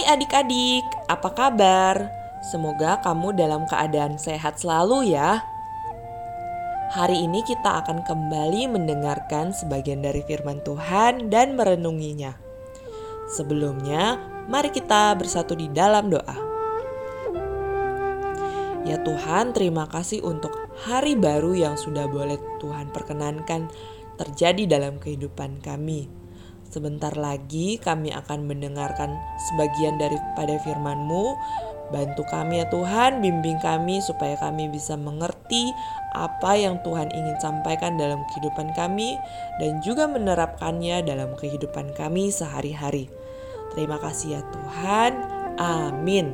Hai adik-adik, apa kabar? Semoga kamu dalam keadaan sehat selalu ya. Hari ini kita akan kembali mendengarkan sebagian dari firman Tuhan dan merenunginya. Sebelumnya, mari kita bersatu di dalam doa. Ya Tuhan, terima kasih untuk hari baru yang sudah boleh Tuhan perkenankan terjadi dalam kehidupan kami. Sebentar lagi kami akan mendengarkan sebagian daripada firman-Mu. Bantu kami ya Tuhan, bimbing kami supaya kami bisa mengerti apa yang Tuhan ingin sampaikan dalam kehidupan kami dan juga menerapkannya dalam kehidupan kami sehari-hari. Terima kasih ya Tuhan. Amin.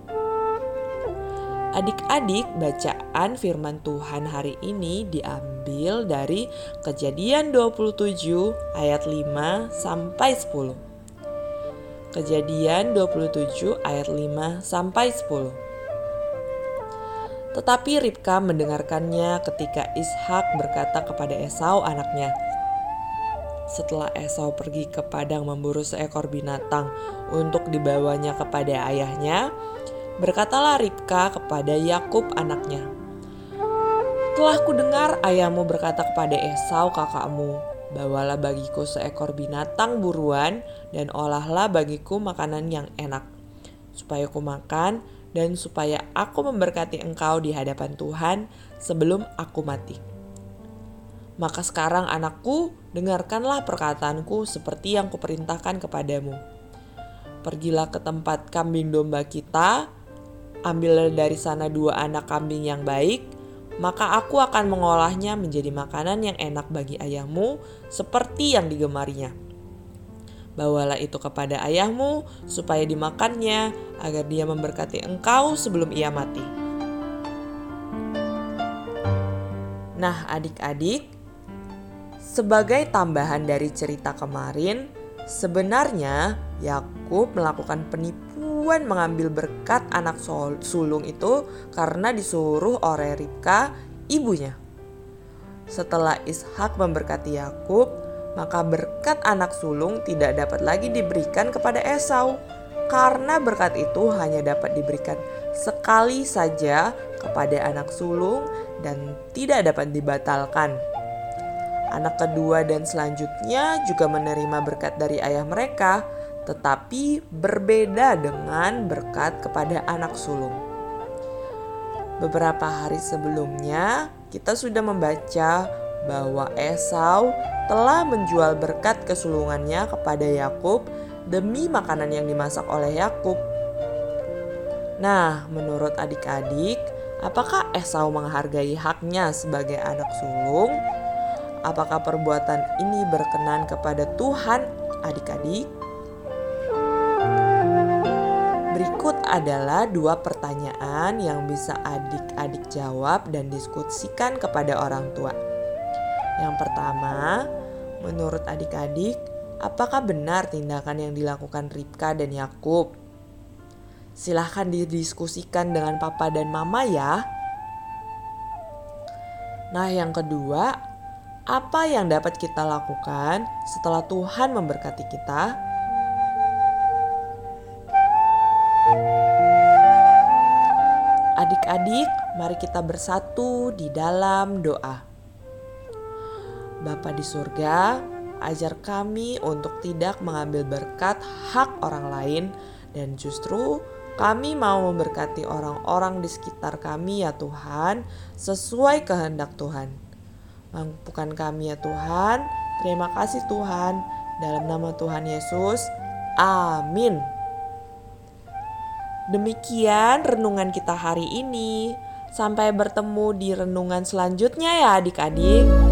Adik-adik, bacaan firman Tuhan hari ini diambil dari Kejadian 27 ayat 5 sampai 10. Kejadian 27 ayat 5 sampai 10. Tetapi Ribka mendengarkannya ketika Ishak berkata kepada Esau anaknya. Setelah Esau pergi ke padang memburu seekor binatang untuk dibawanya kepada ayahnya, berkatalah Ribka kepada Yakub anaknya, "Telah kudengar ayahmu berkata kepada Esau kakakmu, bawalah bagiku seekor binatang buruan dan olahlah bagiku makanan yang enak, supaya ku makan dan supaya aku memberkati engkau di hadapan Tuhan sebelum aku mati. Maka sekarang anakku, dengarkanlah perkataanku seperti yang kuperintahkan kepadamu. Pergilah ke tempat kambing domba kita, ambillah dari sana 2 anak kambing yang baik, maka aku akan mengolahnya menjadi makanan yang enak bagi ayahmu seperti yang digemarinya. Bawalah itu kepada ayahmu supaya dimakannya agar dia memberkati engkau sebelum ia mati." Nah adik-adik, sebagai tambahan dari cerita kemarin, sebenarnya Yakub melakukan penipuan mengambil berkat anak sulung itu karena disuruh oleh Ribka, ibunya. Setelah Ishak memberkati Yakub, maka berkat anak sulung tidak dapat lagi diberikan kepada Esau, karena berkat itu hanya dapat diberikan sekali saja kepada anak sulung dan tidak dapat dibatalkan. Anak kedua dan selanjutnya juga menerima berkat dari ayah mereka, tetapi berbeda dengan berkat kepada anak sulung. Beberapa hari sebelumnya kita sudah membaca bahwa Esau telah menjual berkat kesulungannya kepada Yakub demi makanan yang dimasak oleh Yakub. Nah, menurut adik-adik, apakah Esau menghargai haknya sebagai anak sulung? Apakah perbuatan ini berkenan kepada Tuhan, adik-adik? Berikut adalah 2 pertanyaan yang bisa adik-adik jawab dan diskusikan kepada orang tua. Yang pertama, menurut adik-adik, apakah benar tindakan yang dilakukan Ribka dan Yakub? Silahkan didiskusikan dengan papa dan mama ya. Nah, yang kedua, apa yang dapat kita lakukan setelah Tuhan memberkati kita? Adik-adik, mari kita bersatu di dalam doa. Bapa di surga, ajar kami untuk tidak mengambil berkat hak orang lain dan justru kami mau memberkati orang-orang di sekitar kami ya Tuhan, sesuai kehendak Tuhan. Mampukan kami ya Tuhan. Terima kasih Tuhan. Dalam nama Tuhan Yesus. Amin. Demikian renungan kita hari ini. Sampai bertemu di renungan selanjutnya ya adik-adik.